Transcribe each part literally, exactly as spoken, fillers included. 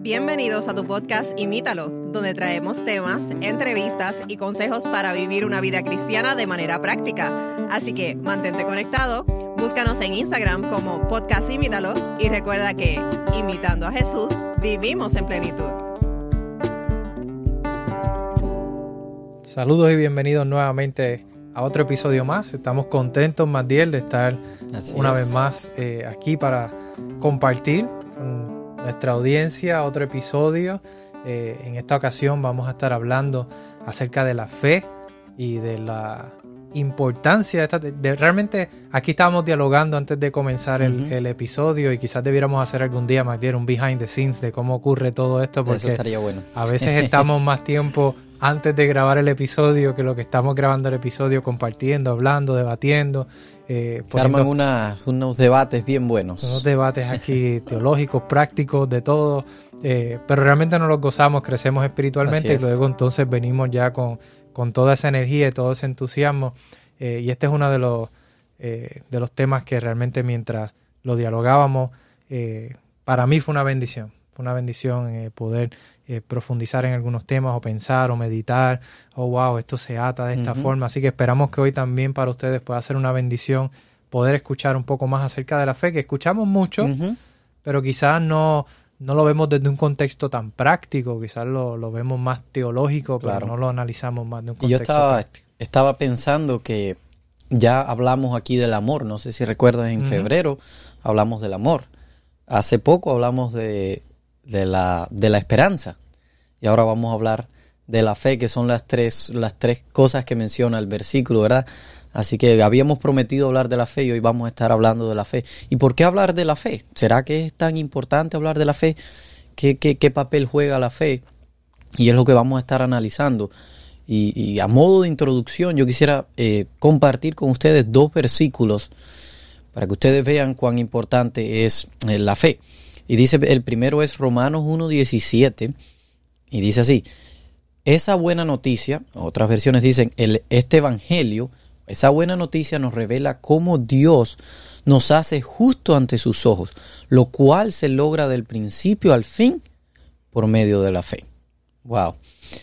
Bienvenidos a tu podcast Imítalo, donde traemos temas, entrevistas y consejos para vivir una vida cristiana de manera práctica. Así que mantente conectado, búscanos en Instagram como Podcast Imítalo y recuerda que, imitando a Jesús, vivimos en plenitud. Saludos y bienvenidos nuevamente a otro episodio más. Estamos contentos, Matiel, de estar Así una es. vez más eh, aquí para compartir con nuestra audiencia otro episodio. Eh, en esta ocasión vamos a estar hablando acerca de la fe y de la importancia de, esta, de, de realmente aquí estábamos dialogando antes de comenzar el, uh-huh. el episodio y quizás debiéramos hacer algún día, Matiel, un behind the scenes de cómo ocurre todo esto, porque Eso estaría bueno. A veces estamos más tiempo antes de grabar el episodio que lo que estamos grabando el episodio, compartiendo, hablando, debatiendo. Eh, Se arman una, unos debates bien buenos. Unos debates aquí teológicos, prácticos, de todo. Eh, pero realmente nos los gozamos, crecemos espiritualmente y luego entonces venimos ya con, con toda esa energía y todo ese entusiasmo. Eh, y este es uno de los, eh, de los temas que realmente mientras lo dialogábamos, eh, para mí fue una bendición. Fue una bendición eh, poder eh, profundizar en algunos temas o pensar o meditar. Oh, wow, esto se ata de esta uh-huh. forma. Así que esperamos que hoy también para ustedes pueda ser una bendición poder escuchar un poco más acerca de la fe, que escuchamos mucho, uh-huh. pero quizás no, no lo vemos desde un contexto tan práctico. Quizás lo, lo vemos más teológico, pero claro. no lo analizamos más de un contexto y yo estaba, práctico. Estaba pensando que ya hablamos aquí del amor. No sé si recuerdas, en uh-huh. febrero hablamos del amor. Hace poco hablamos de... de la de la esperanza y ahora vamos a hablar de la fe, que son las tres las tres cosas que menciona el versículo, ¿verdad? Así que habíamos prometido hablar de la fe y hoy vamos a estar hablando de la fe. ¿Y por qué hablar de la fe? ¿Será que es tan importante hablar de la fe? ¿Qué, qué, qué papel juega la fe? Y es lo que vamos a estar analizando. Y, y a modo de introducción yo quisiera eh, compartir con ustedes dos versículos para que ustedes vean cuán importante es eh, la fe. Y dice, el primero es Romanos uno diecisiete, y dice así: esa buena noticia, otras versiones dicen, el, este evangelio, esa buena noticia nos revela cómo Dios nos hace justo ante sus ojos, lo cual se logra del principio al fin por medio de la fe. Wow.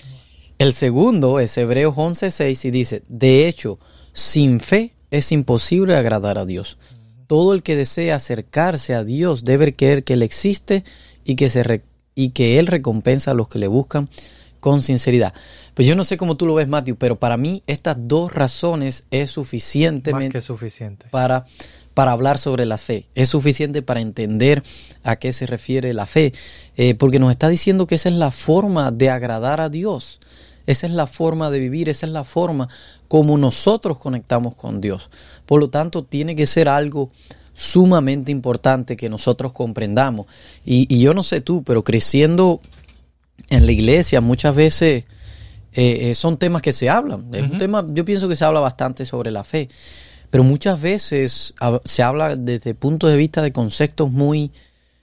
El segundo es Hebreos once seis y dice, de hecho, sin fe es imposible agradar a Dios. Todo el que desea acercarse a Dios debe creer que Él existe y que, se re- y que Él recompensa a los que le buscan con sinceridad. Pues yo no sé cómo tú lo ves, Matthew, pero para mí estas dos razones es suficientemente Más que suficiente. para, para hablar sobre la fe. Es suficiente para entender a qué se refiere la fe, eh, porque nos está diciendo que esa es la forma de agradar a Dios. Esa es la forma de vivir, esa es la forma como nosotros conectamos con Dios. Por lo tanto, tiene que ser algo sumamente importante que nosotros comprendamos. Y, y yo no sé tú, pero creciendo en la iglesia muchas veces eh, son temas que se hablan. Uh-huh. Es un tema, yo pienso que se habla bastante sobre la fe, pero muchas veces se habla desde el punto de vista de conceptos muy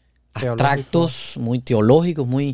abstractos, muy teológicos, muy,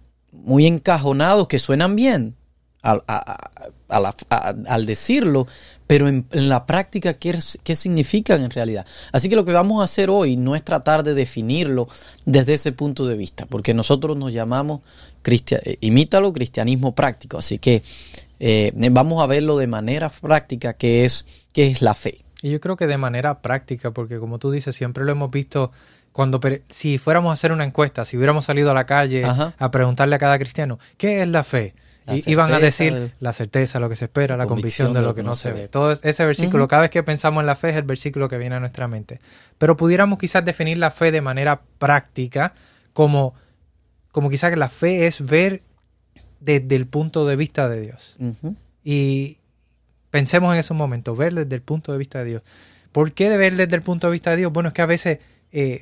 muy encajonados, que suenan bien Al, a, a la, a, al decirlo, pero en, en la práctica, ¿qué, ¿qué significan en realidad? Así que lo que vamos a hacer hoy no es tratar de definirlo desde ese punto de vista, porque nosotros nos llamamos cristian, eh, imítalo, cristianismo práctico. Así que eh, vamos a verlo de manera práctica, qué es, qué es la fe. Y yo creo que de manera práctica, porque como tú dices, siempre lo hemos visto. Cuando si fuéramos a hacer una encuesta, si hubiéramos salido a la calle Ajá. a preguntarle a cada cristiano, ¿qué es la fe? Y iban a decir de, la certeza, lo que se espera, la convicción, convicción de lo que no se ve. ve. Todo ese versículo, uh-huh. cada vez que pensamos en la fe es el versículo que viene a nuestra mente. Pero pudiéramos quizás definir la fe de manera práctica como, como quizás que la fe es ver desde el punto de vista de Dios. Uh-huh. Y pensemos en esos momentos, ver desde el punto de vista de Dios. ¿Por qué de ver desde el punto de vista de Dios? Bueno, es que a veces... Eh,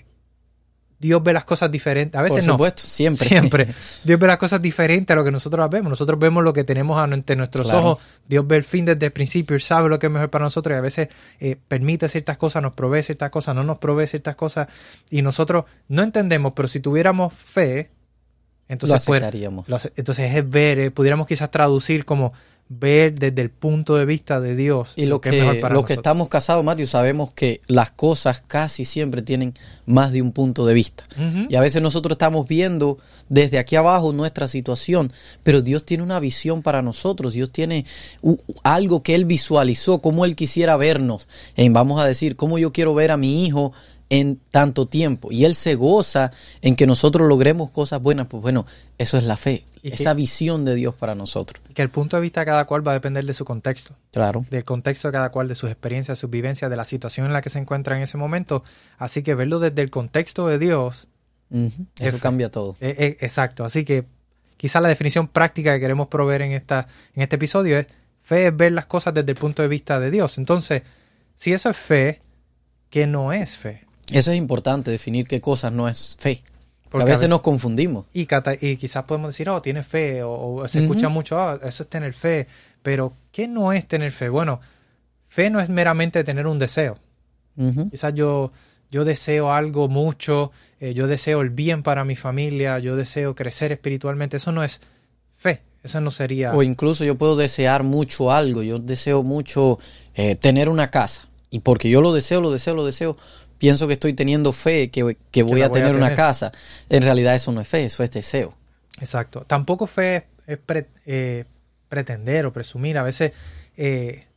Dios ve las cosas diferentes. A veces Por supuesto, no. siempre. Siempre. Dios ve las cosas diferentes a lo que nosotros las vemos. Nosotros vemos lo que tenemos ante nuestros claro. ojos. Dios ve el fin desde el principio. Él sabe lo que es mejor para nosotros y a veces eh, permite ciertas cosas, nos provee ciertas cosas, no nos provee ciertas cosas y nosotros no entendemos, pero si tuviéramos fe, entonces lo aceptaríamos. Pues, lo, entonces es ver, eh, pudiéramos quizás traducir como ver desde el punto de vista de Dios. Y lo que, que, es mejor para lo que estamos casados, Matthew, sabemos que las cosas casi siempre tienen más de un punto de vista. Uh-huh. Y a veces nosotros estamos viendo desde aquí abajo nuestra situación, pero Dios tiene una visión para nosotros. Dios tiene uh, algo que Él visualizó, cómo Él quisiera vernos. En, vamos a decir, cómo yo quiero ver a mi hijo en tanto tiempo. Y Él se goza en que nosotros logremos cosas buenas. Pues bueno, eso es la fe. Esa que, visión de Dios para nosotros. Que el punto de vista de cada cual va a depender de su contexto. Claro. Del contexto de cada cual, de sus experiencias, sus vivencias, de la situación en la que se encuentra en ese momento. Así que verlo desde el contexto de Dios. Uh-huh. Eso cambia todo. Es, es, exacto. Así que quizá la definición práctica que queremos proveer en, esta, en este episodio es: fe es ver las cosas desde el punto de vista de Dios. Entonces, si eso es fe, ¿qué no es fe? Eso es importante, definir qué cosas no es fe. Porque a veces, a veces nos confundimos. Y, y quizás podemos decir, oh, tienes fe, o, o se uh-huh. escucha mucho, oh, eso es tener fe. Pero, ¿qué no es tener fe? Bueno, fe no es meramente tener un deseo. Uh-huh. Quizás yo, yo deseo algo mucho, eh, yo deseo el bien para mi familia, yo deseo crecer espiritualmente. Eso no es fe, eso no sería... O incluso yo puedo desear mucho algo, yo deseo mucho eh, tener una casa. Y porque yo lo deseo, lo deseo, lo deseo... pienso que estoy teniendo fe, que, que voy, a, voy tener a tener una casa. En realidad eso no es fe, eso es deseo. Exacto. Tampoco fe es pre, eh, pretender o presumir. A veces eh,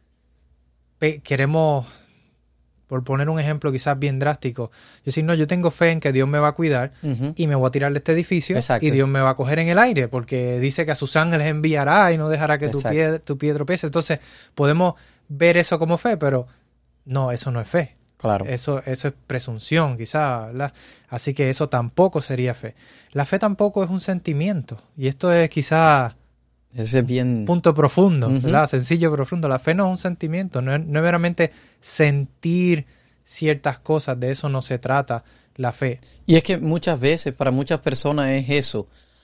pe- queremos, por poner un ejemplo quizás bien drástico, decir, no, yo tengo fe en que Dios me va a cuidar uh-huh. y me voy a tirar de este edificio. Exacto. Y Dios me va a coger en el aire, porque dice que a sus ángeles enviará y no dejará que tu pie, tu pie tropiece. Entonces podemos ver eso como fe, pero no, eso no es fe. Claro. Eso, eso es presunción, quizás, ¿verdad? Así que eso tampoco sería fe. La fe tampoco es un sentimiento. Y esto es quizás Ese es bien... un punto profundo, uh-huh. ¿verdad? Sencillo, profundo. La fe no es un sentimiento. No es, no es meramente sentir ciertas cosas. De eso no se trata la fe. Y es que muchas veces, para muchas personas es eso.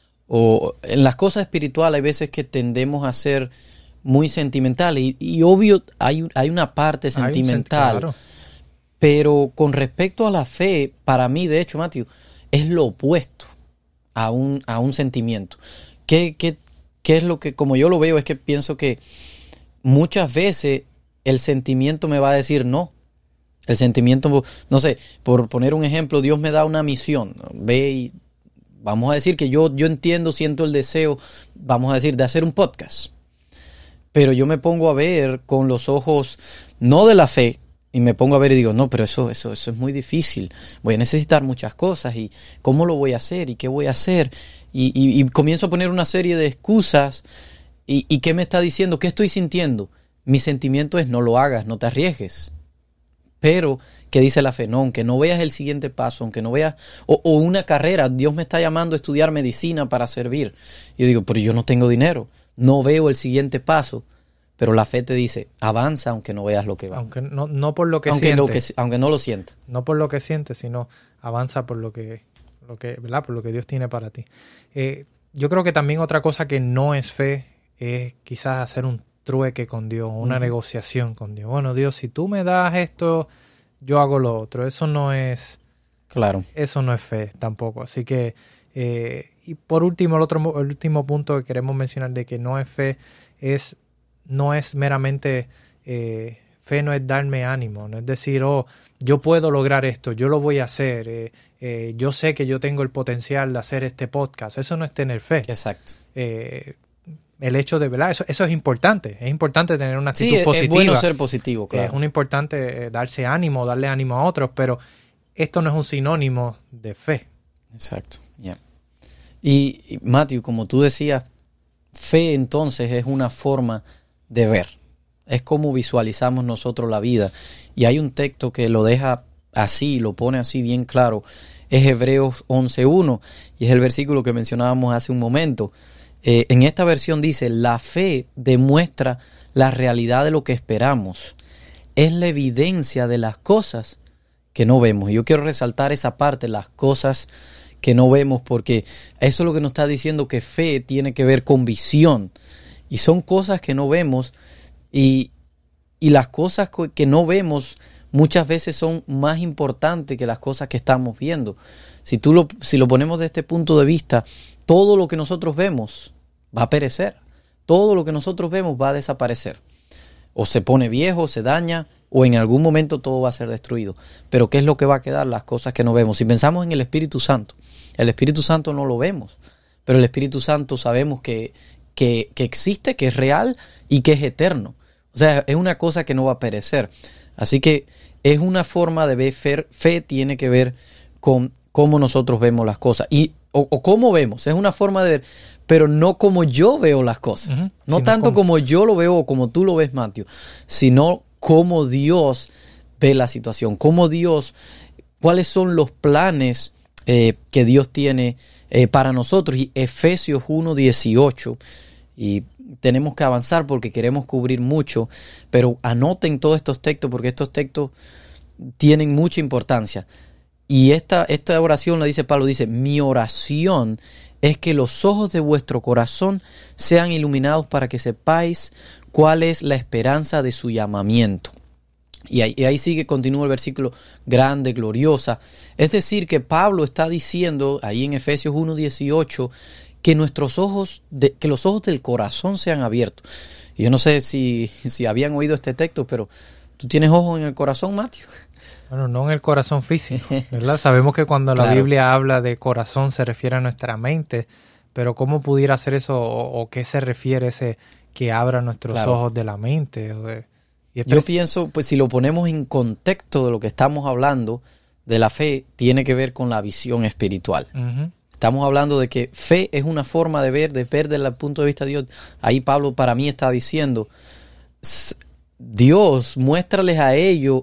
O en las cosas espirituales hay veces que tendemos a ser muy sentimentales. Y, y obvio, hay, hay una parte sentimental. Claro. Pero con respecto a la fe, para mí, de hecho, Matthew, es lo opuesto a un, a un sentimiento. ¿Qué, qué, qué es lo que, como yo lo veo, es que pienso que muchas veces el sentimiento me va a decir no. El sentimiento, no sé, por poner un ejemplo, Dios me da una misión. Ve y vamos a decir que yo, yo entiendo, siento el deseo, vamos a decir, de hacer un podcast. Pero yo me pongo a ver con los ojos, no de la fe, y me pongo a ver y digo, no, pero eso, eso, eso es muy difícil. Voy a necesitar muchas cosas. ¿Y cómo lo voy a hacer? ¿Y qué voy a hacer? Y, y, y comienzo a poner una serie de excusas. ¿Y, y qué me está diciendo? ¿Qué estoy sintiendo? Mi sentimiento es no lo hagas, no te arriesgues. Pero, ¿qué dice la fe? No, aunque no veas el siguiente paso, aunque no veas... O, o una carrera, Dios me está llamando a estudiar medicina para servir. Yo digo, pero yo no tengo dinero. No veo el siguiente paso. Pero la fe te dice, avanza aunque no veas lo que va. Aunque no, no por lo que aunque sientes. Lo que, aunque no lo sientas. No por lo que sientes, sino avanza por lo que, lo que, ¿verdad? Por lo que Dios tiene para ti. Eh, yo creo que también otra cosa que no es fe es quizás hacer un trueque con Dios, una uh-huh. negociación con Dios. Bueno, Dios, si tú me das esto, yo hago lo otro. Eso no es... Claro. Eso no es fe tampoco. Así que... Eh, y por último, el otro el último punto que queremos mencionar de que no es fe es... No es meramente, eh, fe no es darme ánimo, no es decir, oh, yo puedo lograr esto, yo lo voy a hacer, eh, eh, yo sé que yo tengo el potencial de hacer este podcast. Eso no es tener fe. Exacto. Eh, el hecho de, ¿verdad? Eso, eso es importante, es importante tener una actitud sí, positiva. Es bueno ser positivo, claro. Es un importante eh, darse ánimo, darle ánimo a otros, pero esto no es un sinónimo de fe. Exacto, ya. Yeah. Y, y Matthew, como tú decías, fe entonces es una forma de ver, es como visualizamos nosotros la vida. Y hay un texto que lo deja así, lo pone así bien claro, es Hebreos once uno, y es el versículo que mencionábamos hace un momento. Eh, en esta versión dice, la fe demuestra la realidad de lo que esperamos, es la evidencia de las cosas que no vemos. Y yo quiero resaltar esa parte, las cosas que no vemos, porque eso es lo que nos está diciendo, que fe tiene que ver con visión. Y son cosas que no vemos, y, y las cosas que no vemos muchas veces son más importantes que las cosas que estamos viendo. Si, tú lo, si lo ponemos desde este punto de vista, todo lo que nosotros vemos va a perecer. todo lo que nosotros vemos va a desaparecer. O se pone viejo, se daña, o en algún momento todo va a ser destruido. Pero ¿qué es lo que va a quedar? Las cosas que no vemos. Si pensamos en el Espíritu Santo, el Espíritu Santo no lo vemos, pero el Espíritu Santo sabemos que, que, que existe, que es real y que es eterno. O sea, es una cosa que no va a perecer. Así que es una forma de ver, fe, fe tiene que ver con cómo nosotros vemos las cosas. Y, o, o cómo vemos, es una forma de ver, pero no como yo veo las cosas. Uh-huh. No sino tanto como... como yo lo veo o como tú lo ves, Matthew, sino cómo Dios ve la situación, cómo Dios, cuáles son los planes eh, que Dios tiene eh, para nosotros. Y Efesios uno dieciocho, y tenemos que avanzar porque queremos cubrir mucho, pero anoten todos estos textos porque estos textos tienen mucha importancia. Y esta, esta oración la dice Pablo, dice, mi oración es que los ojos de vuestro corazón sean iluminados para que sepáis cuál es la esperanza de su llamamiento. Y ahí, y ahí sigue, continúa el versículo, grande, gloriosa. Es decir, que Pablo está diciendo ahí en Efesios uno dieciocho que nuestros ojos, de, que los ojos del corazón sean abiertos. Y yo no sé si, si habían oído este texto, pero ¿tú tienes ojos en el corazón, Matthew? Bueno, no en el corazón físico, ¿verdad? Sabemos que cuando claro. la Biblia habla de corazón se refiere a nuestra mente, pero ¿cómo pudiera ser eso o, o qué se refiere ese que abra nuestros claro. ojos de la mente? O de, y Yo pienso, pues si lo ponemos en contexto de lo que estamos hablando, de la fe, tiene que ver con la visión espiritual. Uh-huh. Estamos hablando de que fe es una forma de ver, de ver desde el punto de vista de Dios. Ahí Pablo para mí está diciendo, Dios, muéstrales a ellos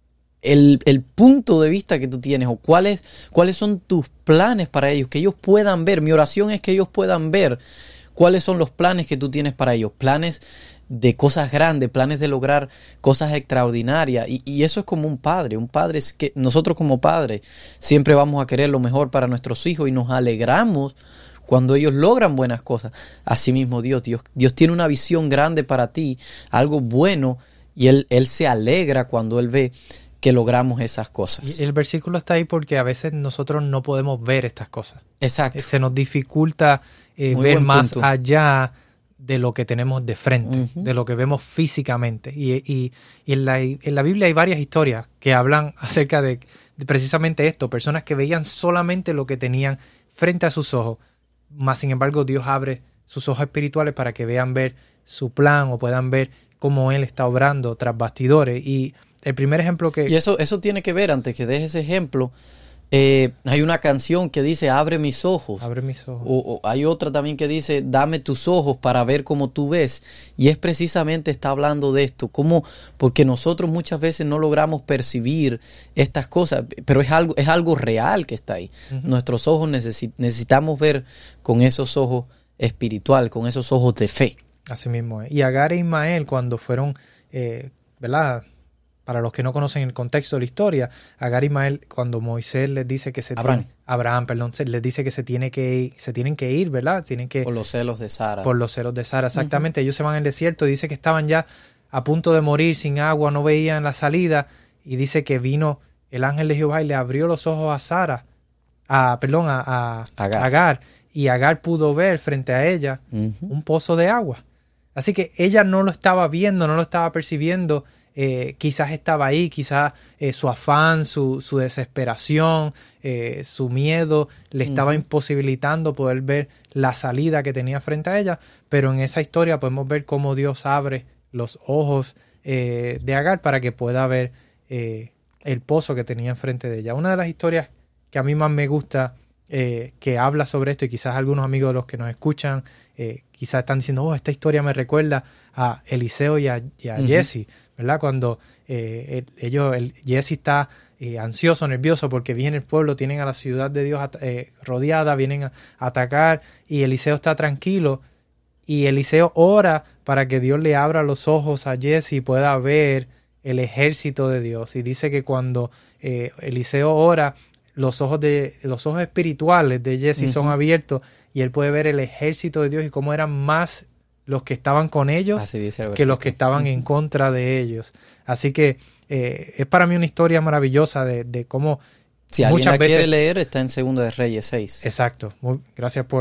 el, el punto de vista que tú tienes o cuáles, cuáles son tus planes para ellos, que ellos puedan ver. Mi oración es que ellos puedan ver cuáles son los planes que tú tienes para ellos, planes de cosas grandes, planes de lograr cosas extraordinarias. Y, y eso es como un padre. Un padre es que nosotros como padres siempre vamos a querer lo mejor para nuestros hijos y nos alegramos cuando ellos logran buenas cosas. Asimismo Dios, Dios, Dios tiene una visión grande para ti, algo bueno, y Él, Él se alegra cuando Él ve que logramos esas cosas. Y el versículo está ahí porque a veces nosotros no podemos ver estas cosas. Exacto. Se nos dificulta eh, ver más punto. allá de lo que tenemos de frente, uh-huh. de lo que vemos físicamente. Y, y, y en, la, en la Biblia hay varias historias que hablan acerca de, de precisamente esto, personas que veían solamente lo que tenían frente a sus ojos, más sin embargo Dios abre sus ojos espirituales para que vean ver su plan o puedan ver cómo Él está obrando tras bastidores. Y el primer ejemplo que... Y eso, eso tiene que ver, antes que dejes ese ejemplo, eh, hay una canción que dice, abre mis ojos. Abre mis ojos. O, o hay otra también que dice, dame tus ojos para ver cómo tú ves. Y es precisamente, está hablando de esto. Cómo, porque nosotros muchas veces no logramos percibir estas cosas, pero es algo, es algo real que está ahí. Uh-huh. Nuestros ojos necesi- necesitamos ver con esos ojos espiritual, con esos ojos de fe. Así mismo es. Y Agar e Ismael, cuando fueron, eh, ¿verdad?, para los que no conocen el contexto de la historia, Agar y Ismael, cuando Moisés les dice que se Abraham, tiene, Abraham, perdón, les dice que se tiene que ir, se tienen que ir, ¿verdad? Tienen que por los celos de Sara. Por los celos de Sara, exactamente. Uh-huh. Ellos se van al desierto y dice que estaban ya a punto de morir sin agua, no veían la salida, y dice que vino el ángel de Jehová y le abrió los ojos a Sara, a, perdón, a, a Agar. Agar, y Agar pudo ver frente a ella uh-huh. un pozo de agua. Así que ella no lo estaba viendo, no lo estaba percibiendo. Eh, quizás estaba ahí, quizás eh, su afán, su, su desesperación, eh, su miedo le estaba uh-huh. imposibilitando poder ver la salida que tenía frente a ella, pero en esa historia podemos ver cómo Dios abre los ojos eh, de Agar para que pueda ver eh, el pozo que tenía enfrente de ella. Una de las historias que a mí más me gusta eh, que habla sobre esto, y quizás algunos amigos de los que nos escuchan eh, quizás están diciendo, oh, esta historia me recuerda a Eliseo y a, y a uh-huh. Jesse, ¿verdad? Cuando eh, el, ellos, el, Jesse está eh, ansioso, nervioso porque viene el pueblo, tienen a la ciudad de Dios eh, rodeada, vienen a, a atacar, y Eliseo está tranquilo, y Eliseo ora para que Dios le abra los ojos a Jesse y pueda ver el ejército de Dios. Y dice que cuando eh, Eliseo ora, los ojos de los ojos espirituales de Jesse uh-huh. son abiertos y él puede ver el ejército de Dios y cómo eran más los que estaban con ellos que los que estaban uh-huh. en contra de ellos. Así que eh, es para mí una historia maravillosa de, de cómo si muchas alguien la veces... quiere leer, está en Segunda de Reyes seis. Exacto. Muy, gracias por,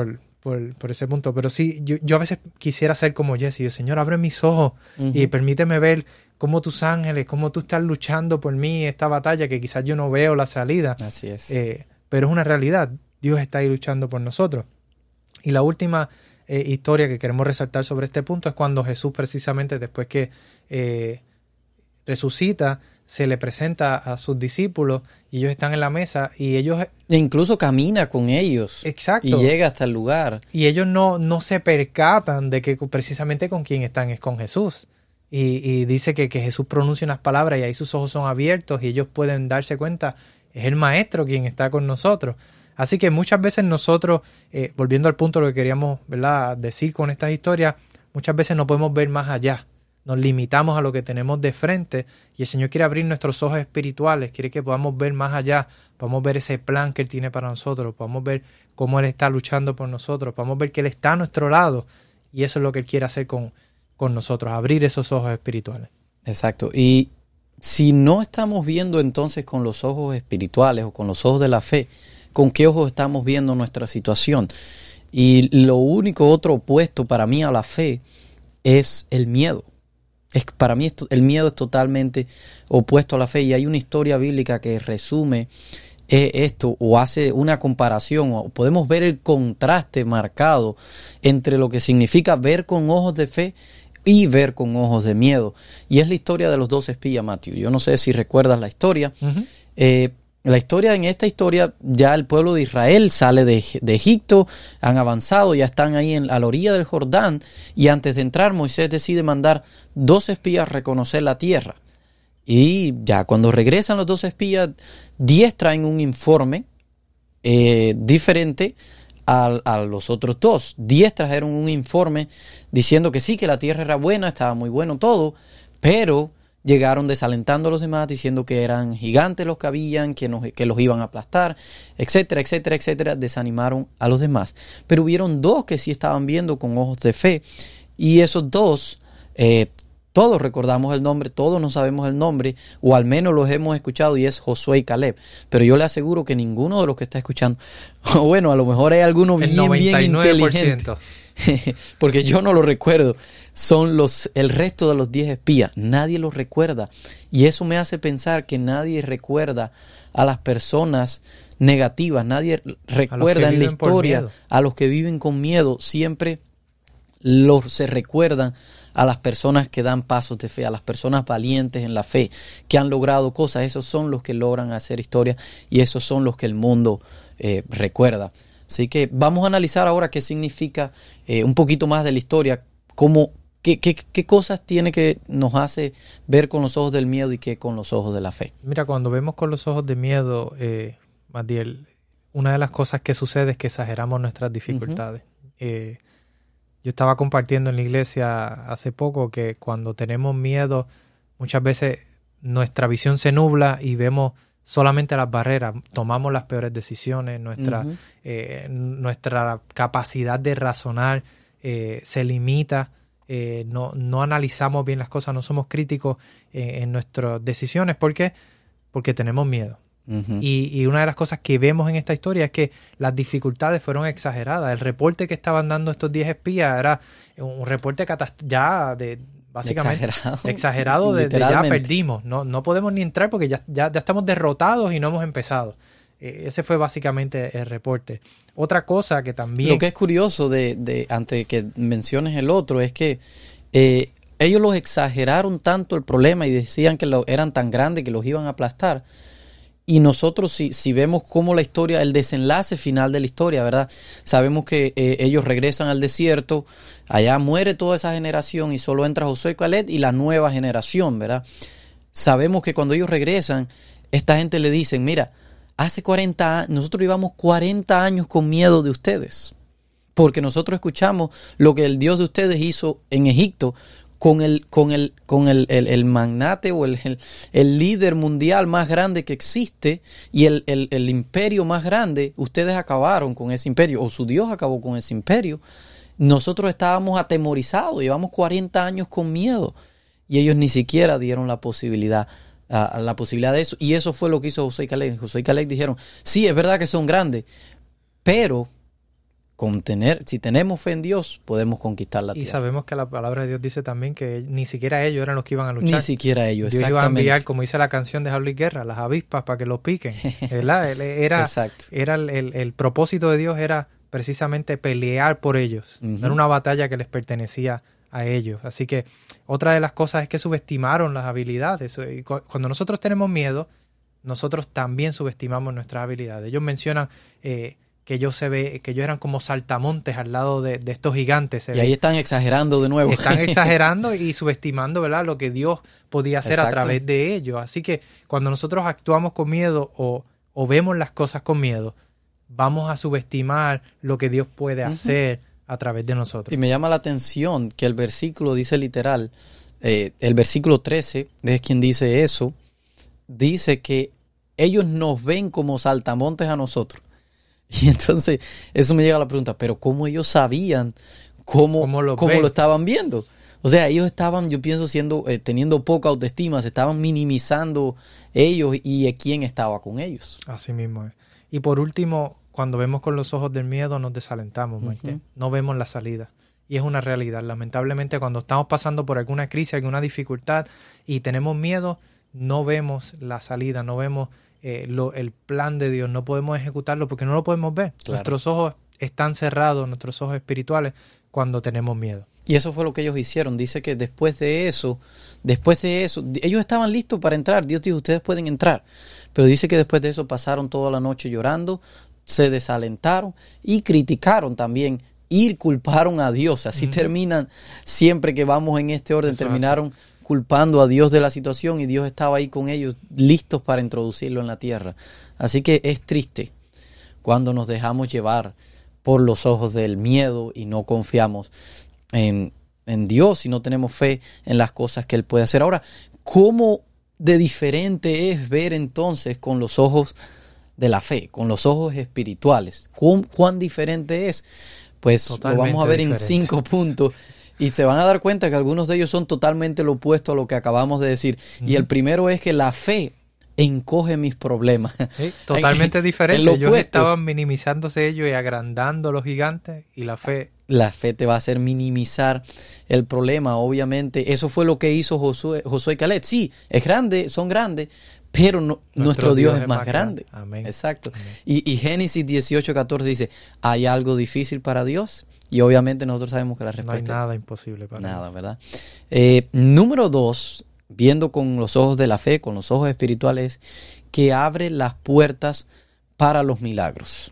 por, por ese punto. Pero sí, yo, yo a veces quisiera ser como Jesse. Yo, Señor, abre mis ojos uh-huh. y permíteme ver cómo tus ángeles, cómo tú estás luchando por mí esta batalla que quizás yo no veo la salida. Así es. Eh, pero es una realidad. Dios está ahí luchando por nosotros. Y la última eh, historia que queremos resaltar sobre este punto es cuando Jesús, precisamente después que eh, resucita, se le presenta a sus discípulos y ellos están en la mesa y ellos... E incluso camina con ellos. Exacto. Y llega hasta el lugar. Y ellos no, no se percatan de que precisamente con quien están es con Jesús. Y, y dice que, que Jesús pronuncia unas palabras y ahí sus ojos son abiertos y ellos pueden darse cuenta, es el Maestro quien está con nosotros. Así que muchas veces nosotros, eh, volviendo al punto de lo que queríamos, ¿verdad?, decir con estas historias, muchas veces no podemos ver más allá. Nos limitamos a lo que tenemos de frente y el Señor quiere abrir nuestros ojos espirituales, quiere que podamos ver más allá, podamos ver ese plan que Él tiene para nosotros, podamos ver cómo Él está luchando por nosotros, podamos ver que Él está a nuestro lado y eso es lo que Él quiere hacer con, con nosotros, abrir esos ojos espirituales. Exacto. Y si no estamos viendo entonces con los ojos espirituales o con los ojos de la fe, ¿con qué ojos estamos viendo nuestra situación? Y lo único otro opuesto para mí a la fe es el miedo. Es, para mí esto, el miedo es totalmente opuesto a la fe y hay una historia bíblica que resume eh, esto o hace una comparación o podemos ver el contraste marcado entre lo que significa ver con ojos de fe y ver con ojos de miedo. Y es la historia de los dos espías, Matthew. Yo no sé si recuerdas la historia. Uh-huh. Eh, La historia, en esta historia, ya el pueblo de Israel sale de, de Egipto, han avanzado, ya están ahí en, a la orilla del Jordán, y antes de entrar Moisés decide mandar dos espías a reconocer la tierra. Y ya cuando regresan los dos espías, diez traen un informe eh, diferente a, a los otros dos. Diez trajeron un informe diciendo que sí, que la tierra era buena, estaba muy bueno todo, pero... llegaron desalentando a los demás, diciendo que eran gigantes los que habían, que, nos, que los iban a aplastar, etcétera, etcétera, etcétera. Desanimaron a los demás. Pero hubieron dos que sí estaban viendo con ojos de fe. Y esos dos, eh, todos recordamos el nombre, todos no sabemos el nombre, o al menos los hemos escuchado, y es Josué y Caleb. Pero yo le aseguro que ninguno de los que está escuchando, bueno, a lo mejor hay alguno bien, bien inteligente. Porque yo no lo recuerdo. Son los el resto de los diez espías. Nadie los recuerda. Y eso me hace pensar que nadie recuerda a las personas negativas. Nadie recuerda en la historia a los que viven con miedo. Siempre los, se recuerdan a las personas que dan pasos de fe, a las personas valientes en la fe, que han logrado cosas. Esos son los que logran hacer historia y esos son los que el mundo eh, recuerda. Así que vamos a analizar ahora qué significa eh, un poquito más de la historia, cómo, qué, qué, qué cosas tiene que nos hace ver con los ojos del miedo y qué con los ojos de la fe. Mira, cuando vemos con los ojos de miedo, eh, Matiel, una de las cosas que sucede es que exageramos nuestras dificultades. Uh-huh. Eh, yo estaba compartiendo en la iglesia hace poco que cuando tenemos miedo, muchas veces nuestra visión se nubla y vemos solamente las barreras, tomamos las peores decisiones, nuestra, uh-huh. eh, nuestra capacidad de razonar eh, se limita, eh, no, no analizamos bien las cosas, no somos críticos eh, en nuestras decisiones. ¿Por qué? Porque tenemos miedo. Uh-huh. Y, y una de las cosas que vemos en esta historia es que las dificultades fueron exageradas. El reporte que estaban dando estos diez espías era un reporte catast- ya de... Básicamente exagerado, exagerado de, de ya perdimos, no, no podemos ni entrar porque ya, ya, ya estamos derrotados y no hemos empezado. Eh, ese fue básicamente el reporte. Otra cosa que también... Lo que es curioso, de, de antes de que menciones el otro, es que eh, ellos los exageraron tanto el problema y decían que lo, eran tan grandes que los iban a aplastar. Y nosotros si, si vemos cómo la historia, el desenlace final de la historia, ¿verdad? Sabemos que eh, ellos regresan al desierto, allá muere toda esa generación y solo entra Josué y Caleb y la nueva generación, ¿verdad? Sabemos que cuando ellos regresan, esta gente le dicen, mira, hace cuarenta años, nosotros llevamos cuarenta años con miedo de ustedes, porque nosotros escuchamos lo que el Dios de ustedes hizo en Egipto, con el con el con el, el, el magnate o el, el, el líder mundial más grande que existe y el, el, el imperio más grande. Ustedes acabaron con ese imperio, o su Dios acabó con ese imperio. Nosotros estábamos atemorizados, llevamos cuarenta años con miedo y ellos ni siquiera dieron la posibilidad a, a la posibilidad de eso. Y eso fue lo que hizo Josué y Caleb. Josué y Caleb dijeron, sí, es verdad que son grandes, pero con tener, si tenemos fe en Dios, podemos conquistar la y tierra. Y sabemos que la palabra de Dios dice también que ni siquiera ellos eran los que iban a luchar. Ni siquiera ellos, Dios exactamente. iba a enviar, como dice la canción de Harold y Guerra, las avispas para que los piquen, ¿verdad? Era, Exacto. era el, el, el propósito de Dios era precisamente pelear por ellos. Uh-huh. No era una batalla que les pertenecía a ellos. Así que otra de las cosas es que subestimaron las habilidades. Y cuando nosotros tenemos miedo, nosotros también subestimamos nuestras habilidades. Ellos mencionan eh, que ellos se ve, que ellos eran como saltamontes al lado de, de estos gigantes. Y ahí están exagerando de nuevo. Están exagerando y subestimando, ¿verdad?, lo que Dios podía hacer Exacto. a través de ellos. Así que cuando nosotros actuamos con miedo o, o vemos las cosas con miedo, vamos a subestimar lo que Dios puede hacer uh-huh. a través de nosotros. Y me llama la atención que el versículo dice literal, eh, el versículo trece, es quien dice eso, dice que ellos nos ven como saltamontes a nosotros. Y entonces eso me llega a la pregunta, pero ¿cómo ellos sabían cómo, ¿Cómo, lo, cómo lo estaban viendo? O sea, ellos estaban, yo pienso, siendo eh, teniendo poca autoestima, se estaban minimizando ellos y eh, quién estaba con ellos. Así mismo es. Y por último, cuando vemos con los ojos del miedo nos desalentamos, uh-huh. no vemos la salida. Y es una realidad. Lamentablemente, cuando estamos pasando por alguna crisis, alguna dificultad y tenemos miedo, no vemos la salida, no vemos eh, lo, el plan de Dios, no podemos ejecutarlo porque no lo podemos ver. Claro. Nuestros ojos están cerrados, nuestros ojos espirituales, cuando tenemos miedo. Y eso fue lo que ellos hicieron. Dice que después de eso, después de eso, ellos estaban listos para entrar. Dios dijo, ustedes pueden entrar. Pero dice que después de eso pasaron toda la noche llorando, se desalentaron y criticaron también y culparon a Dios. Así uh-huh. terminan siempre que vamos en este orden. Eso terminaron hace. culpando a Dios de la situación y Dios estaba ahí con ellos, listos para introducirlo en la tierra. Así que es triste cuando nos dejamos llevar por los ojos del miedo y no confiamos en, en Dios y no tenemos fe en las cosas que Él puede hacer. Ahora, ¿cómo de diferente es ver entonces con los ojos de la fe, con los ojos espirituales? ¿Cuán, cuán diferente es? Pues totalmente lo vamos a ver diferente. En cinco puntos y se van a dar cuenta que algunos de ellos son totalmente lo opuesto a lo que acabamos de decir. Uh-huh. Y el primero es que la fe encoge mis problemas. Sí, totalmente diferente. Ellos estaban minimizándose ellos y agrandando los gigantes y la fe... La fe te va a hacer minimizar el problema, obviamente. Eso fue lo que hizo Josué, Josué y Caleb. Sí, es grande, son grandes, pero no, nuestro, nuestro Dios, Dios es más, más grande. grande. Amén. Exacto. Amén. Y, y Génesis dieciocho catorce dice, ¿hay algo difícil para Dios? Y obviamente nosotros sabemos que la respuesta... No hay nada imposible para Nada, Dios. ¿verdad? Eh, número dos, viendo con los ojos de la fe, con los ojos espirituales, que abre las puertas para los milagros.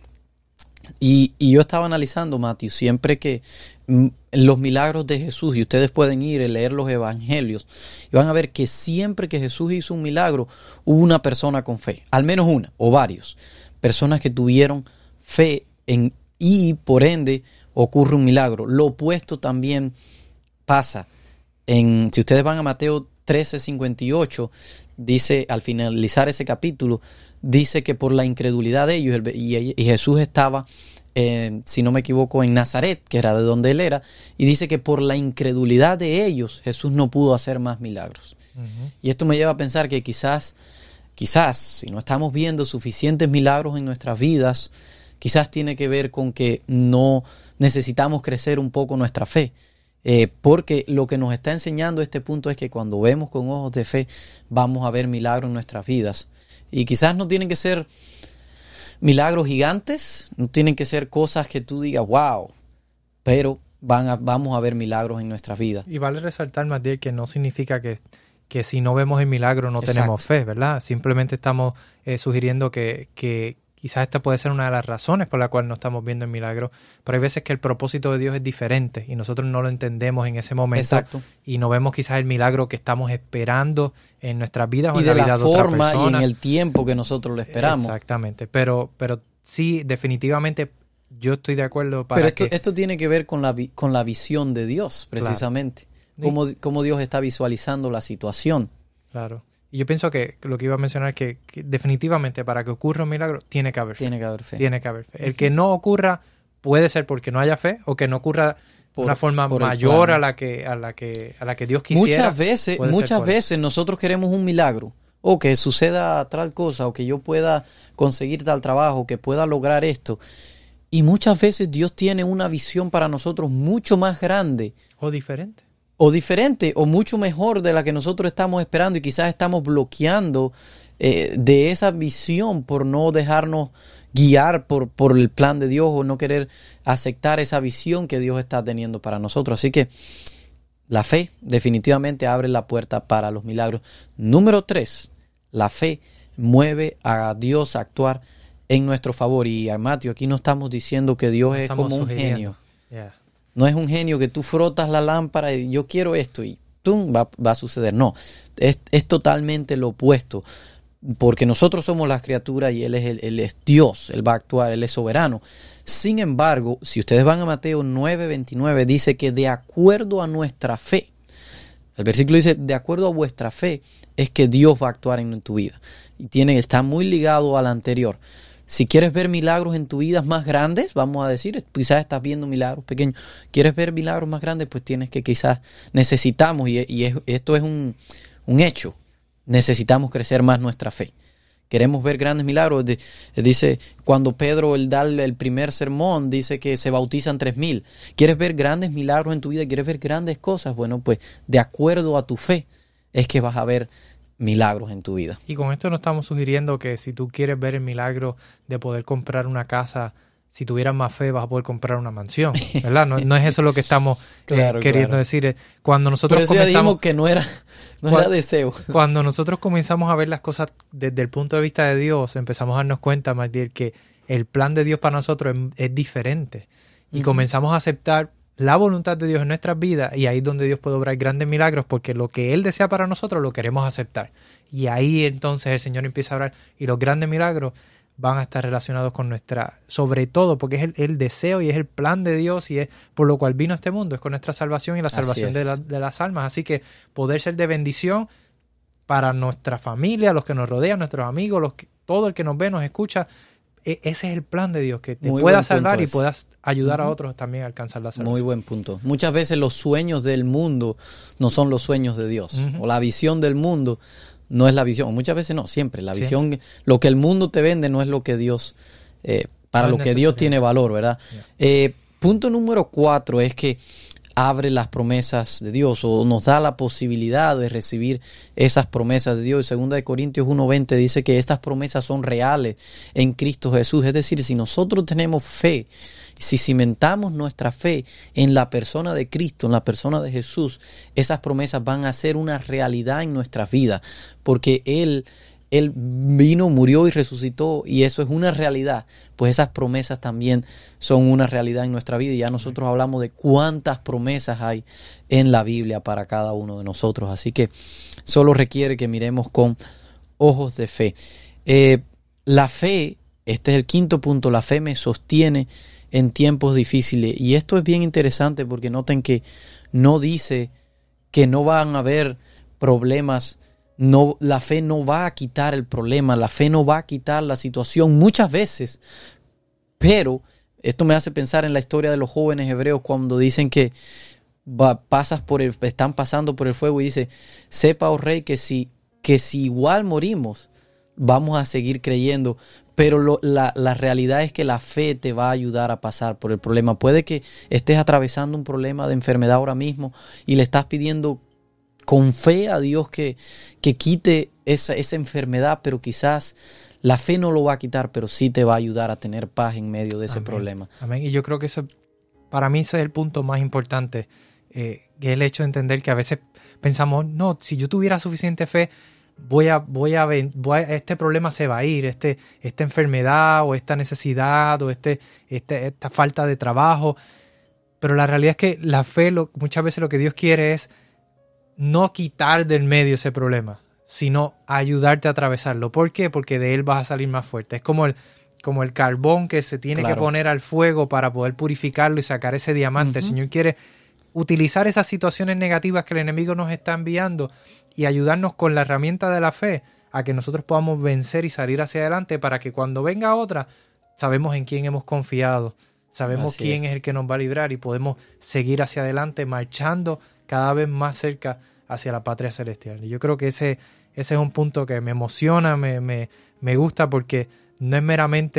Y, y yo estaba analizando, Matthew, siempre que mm, los milagros de Jesús, y ustedes pueden ir a leer los evangelios, y van a ver que siempre que Jesús hizo un milagro, hubo una persona con fe, al menos una, o varios, personas que tuvieron fe en, y por ende ocurre un milagro. Lo opuesto también pasa. En, si ustedes van a Mateo trece cincuenta y ocho, dice, al finalizar ese capítulo, dice que por la incredulidad de ellos, y, y Jesús estaba, eh, si no me equivoco, en Nazaret, que era de donde él era, y dice que por la incredulidad de ellos, Jesús no pudo hacer más milagros. Uh-huh. Y esto me lleva a pensar que quizás, quizás, si no estamos viendo suficientes milagros en nuestras vidas, quizás tiene que ver con que no necesitamos crecer un poco nuestra fe. Eh, porque lo que nos está enseñando este punto es que cuando vemos con ojos de fe, vamos a ver milagros en nuestras vidas. Y quizás no tienen que ser milagros gigantes, no tienen que ser cosas que tú digas, wow, pero van a, vamos a ver milagros en nuestras vidas. Y vale resaltar, Matiel, que no significa que, que si no vemos el milagro no Exacto. tenemos fe, ¿verdad? Simplemente estamos eh, sugiriendo que, que quizás esta puede ser una de las razones por la cual no estamos viendo el milagro, pero hay veces que el propósito de Dios es diferente y nosotros no lo entendemos en ese momento. Exacto. Y no vemos quizás el milagro que estamos esperando en nuestras vidas o en la vida de otra persona. Y de la forma y en el tiempo que nosotros lo esperamos. Exactamente, pero, pero sí, definitivamente yo estoy de acuerdo para Pero esto, que... esto tiene que ver con la, con la visión de Dios, precisamente. Claro. Cómo, cómo Dios está visualizando la situación. Claro. Y yo pienso que lo que iba a mencionar es que, que definitivamente para que ocurra un milagro tiene que haber fe. Tiene que haber fe. Tiene que haber fe. El que no ocurra puede ser porque no haya fe o que no ocurra de una forma mayor a la que a la que a la que Dios quisiera. Muchas veces, muchas veces nosotros queremos un milagro o que suceda tal cosa o que yo pueda conseguir tal trabajo, que pueda lograr esto. Y muchas veces Dios tiene una visión para nosotros mucho más grande. O diferente. O diferente, o mucho mejor de la que nosotros estamos esperando, y quizás estamos bloqueando eh, de esa visión por no dejarnos guiar por, por el plan de Dios, o no querer aceptar esa visión que Dios está teniendo para nosotros. Así que la fe definitivamente abre la puerta para los milagros. Número tres, la fe mueve a Dios a actuar en nuestro favor. Y Matthew, aquí no estamos diciendo que Dios no es como un genio. Yeah. No es un genio que tú frotas la lámpara y yo quiero esto y ¡tum! Va, va a suceder. No, es, es totalmente lo opuesto. Porque nosotros somos las criaturas y Él es, el, él es Dios, Él va a actuar, Él es soberano. Sin embargo, si ustedes van a Mateo nueve veintinueve, dice que de acuerdo a nuestra fe, el versículo dice, de acuerdo a vuestra fe, es que Dios va a actuar en tu vida. Y tiene, está muy ligado al anterior. Si quieres ver milagros en tu vida más grandes, vamos a decir, quizás estás viendo milagros pequeños. ¿Quieres ver milagros más grandes? Pues tienes que quizás necesitamos, y, y es, esto es un, un hecho, necesitamos crecer más nuestra fe. Queremos ver grandes milagros. De, dice, cuando Pedro el da el primer sermón, dice que se bautizan tres mil. ¿Quieres ver grandes milagros en tu vida? ¿Quieres ver grandes cosas? Bueno, pues de acuerdo a tu fe es que vas a ver milagros en tu vida. Y con esto no estamos sugiriendo que si tú quieres ver el milagro de poder comprar una casa, si tuvieras más fe vas a poder comprar una mansión, ¿verdad? No, no es eso lo que estamos claro, eh, queriendo claro. decir. Cuando nosotros Por eso comenzamos, ya dijimos que no era, no cuando, era deseo. Cuando nosotros comenzamos a ver las cosas desde el punto de vista de Dios, empezamos a darnos cuenta, Magdiel, que el plan de Dios para nosotros es, es diferente. Y uh-huh. comenzamos a aceptar la voluntad de Dios en nuestras vidas, y ahí es donde Dios puede obrar grandes milagros, porque lo que Él desea para nosotros lo queremos aceptar. Y ahí entonces el Señor empieza a obrar, y los grandes milagros van a estar relacionados con nuestra, sobre todo porque es el, el deseo y es el plan de Dios, y es por lo cual vino a este mundo, es con nuestra salvación y la salvación de, la, de las almas. Así que poder ser de bendición para nuestra familia, los que nos rodean, nuestros amigos, los que, todo el que nos ve, nos escucha, ese es el plan de Dios, que te Muy puedas salvar y puedas ayudar uh-huh. a otros también a alcanzar la salvación. Muy buen punto. Muchas veces los sueños del mundo no son los sueños de Dios, uh-huh. o la visión del mundo no es la visión, muchas veces no, siempre. La visión, sí. lo que el mundo te vende no es lo que Dios, eh, para no lo que Dios tiene valor, ¿verdad? Yeah. Eh, punto número cuatro es que abre las promesas de Dios, o nos da la posibilidad de recibir esas promesas de Dios. Segunda de Corintios uno veinte dice que estas promesas son reales en Cristo Jesús. Es decir, si nosotros tenemos fe, si cimentamos nuestra fe en la persona de Cristo, en la persona de Jesús, esas promesas van a ser una realidad en nuestras vidas, porque Él Él vino, murió y resucitó, y eso es una realidad. Pues esas promesas también son una realidad en nuestra vida, y ya nosotros hablamos de cuántas promesas hay en la Biblia para cada uno de nosotros. Así que solo requiere que miremos con ojos de fe. Eh, la fe, este es el quinto punto, la fe me sostiene en tiempos difíciles. Y esto es bien interesante porque noten que no dice que no van a haber problemas. No, la fe no va a quitar el problema, la fe no va a quitar la situación muchas veces, pero esto me hace pensar en la historia de los jóvenes hebreos cuando dicen que va, pasas por el, están pasando por el fuego, y dice, sepa, oh rey, que si, que si igual morimos, vamos a seguir creyendo, pero lo, la, la realidad es que la fe te va a ayudar a pasar por el problema. Puede que estés atravesando un problema de enfermedad ahora mismo y le estás pidiendo con fe a Dios que, que quite esa, esa enfermedad, pero quizás la fe no lo va a quitar, pero sí te va a ayudar a tener paz en medio de ese Amén. problema. Amén. Y yo creo que eso, para mí, ese es el punto más importante, eh, que es el hecho de entender que a veces pensamos, no, si yo tuviera suficiente fe, voy a, voy a, voy a este problema se va a ir, este, esta enfermedad o esta necesidad o este, este, esta falta de trabajo. Pero la realidad es que la fe, lo, muchas veces lo que Dios quiere es no quitar del medio ese problema, sino ayudarte a atravesarlo. ¿Por qué? Porque de él vas a salir más fuerte. Es como el, como el carbón que se tiene claro. que poner al fuego para poder purificarlo y sacar ese diamante. Uh-huh. El Señor quiere utilizar esas situaciones negativas que el enemigo nos está enviando y ayudarnos con la herramienta de la fe a que nosotros podamos vencer y salir hacia adelante, para que cuando venga otra, sabemos en quién hemos confiado, sabemos Así quién es. es el que nos va a librar, y podemos seguir hacia adelante marchando cada vez más cerca hacia la patria celestial. Y yo creo que ese, ese es un punto que me emociona, me, me, me gusta, porque no es meramente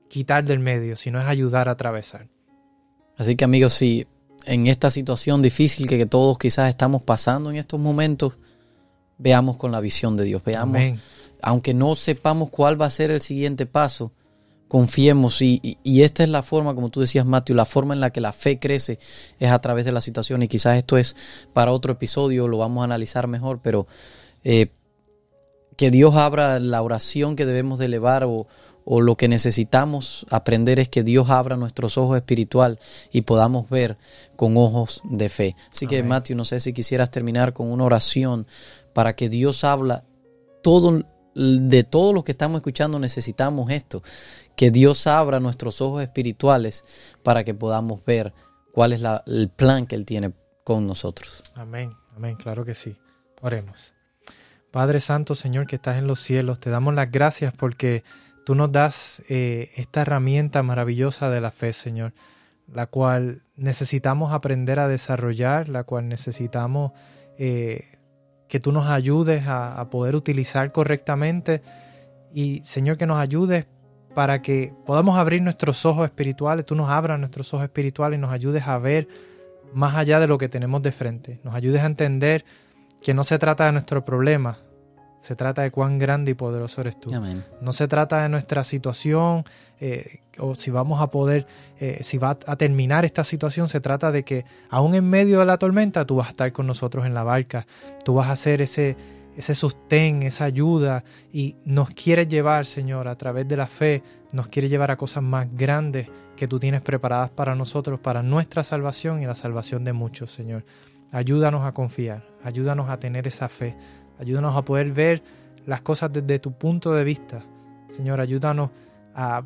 quitar del medio, sino es ayudar a atravesar. Así que amigos, si en esta situación difícil que, que todos quizás estamos pasando en estos momentos, veamos con la visión de Dios, veamos, Amén. Aunque no sepamos cuál va a ser el siguiente paso, confiemos y, y, y esta es la forma, como tú decías, Matthew, la forma en la que la fe crece es a través de la situación, y quizás esto es para otro episodio, lo vamos a analizar mejor, pero eh, que Dios abra la oración que debemos de elevar o, o lo que necesitamos aprender es que Dios abra nuestros ojos espiritual y podamos ver con ojos de fe. Así Amén. Que Matthew, no sé si quisieras terminar con una oración para que Dios habla todo, de todos los que estamos escuchando necesitamos esto, que Dios abra nuestros ojos espirituales para que podamos ver cuál es la, el plan que Él tiene con nosotros. Amén, amén, claro que sí. Oremos. Padre Santo, Señor, que estás en los cielos, te damos las gracias porque tú nos das eh, esta herramienta maravillosa de la fe, Señor, la cual necesitamos aprender a desarrollar, la cual necesitamos eh, que tú nos ayudes a, a poder utilizar correctamente y, Señor, que nos ayudes para que podamos abrir nuestros ojos espirituales, tú nos abras nuestros ojos espirituales y nos ayudes a ver más allá de lo que tenemos de frente, nos ayudes a entender que no se trata de nuestro problema, se trata de cuán grande y poderoso eres tú. Amén. No se trata de nuestra situación eh, o si vamos a poder, eh, si va a terminar esta situación, se trata de que aún en medio de la tormenta tú vas a estar con nosotros en la barca, tú vas a hacer ese, ese sostén, esa ayuda y nos quieres llevar, Señor, a través de la fe, nos quieres llevar a cosas más grandes que tú tienes preparadas para nosotros, para nuestra salvación y la salvación de muchos, Señor. Ayúdanos a confiar, ayúdanos a tener esa fe, ayúdanos a poder ver las cosas desde tu punto de vista. Señor, ayúdanos a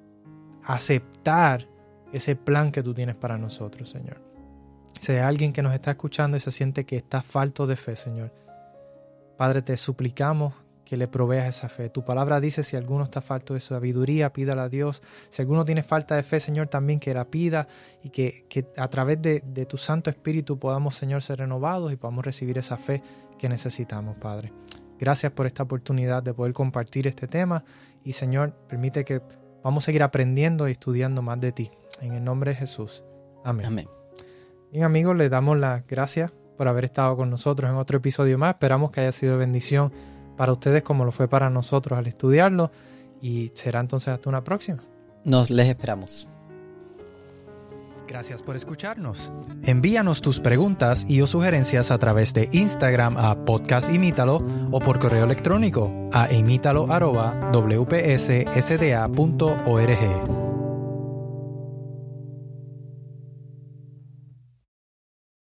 aceptar ese plan que tú tienes para nosotros, Señor. Si hay alguien que nos está escuchando y se siente que está falto de fe, Señor, Padre, te suplicamos que le proveas esa fe. Tu palabra dice, si alguno está falto de sabiduría, pídala a Dios. Si alguno tiene falta de fe, Señor, también que la pida y que, que a través de, de tu Santo Espíritu podamos, Señor, ser renovados y podamos recibir esa fe que necesitamos, Padre. Gracias por esta oportunidad de poder compartir este tema y, Señor, permite que vamos a seguir aprendiendo y estudiando más de ti. En el nombre de Jesús. Amén. Amén. Bien, amigos, les damos las gracias por haber estado con nosotros en otro episodio más. Esperamos que haya sido bendición para ustedes como lo fue para nosotros al estudiarlo y será entonces hasta una próxima. Nos les esperamos. Gracias por escucharnos. Envíanos tus preguntas y o sugerencias a través de Instagram a Podcast Imítalo o por correo electrónico a imítalo arroba w p s s d a punto org.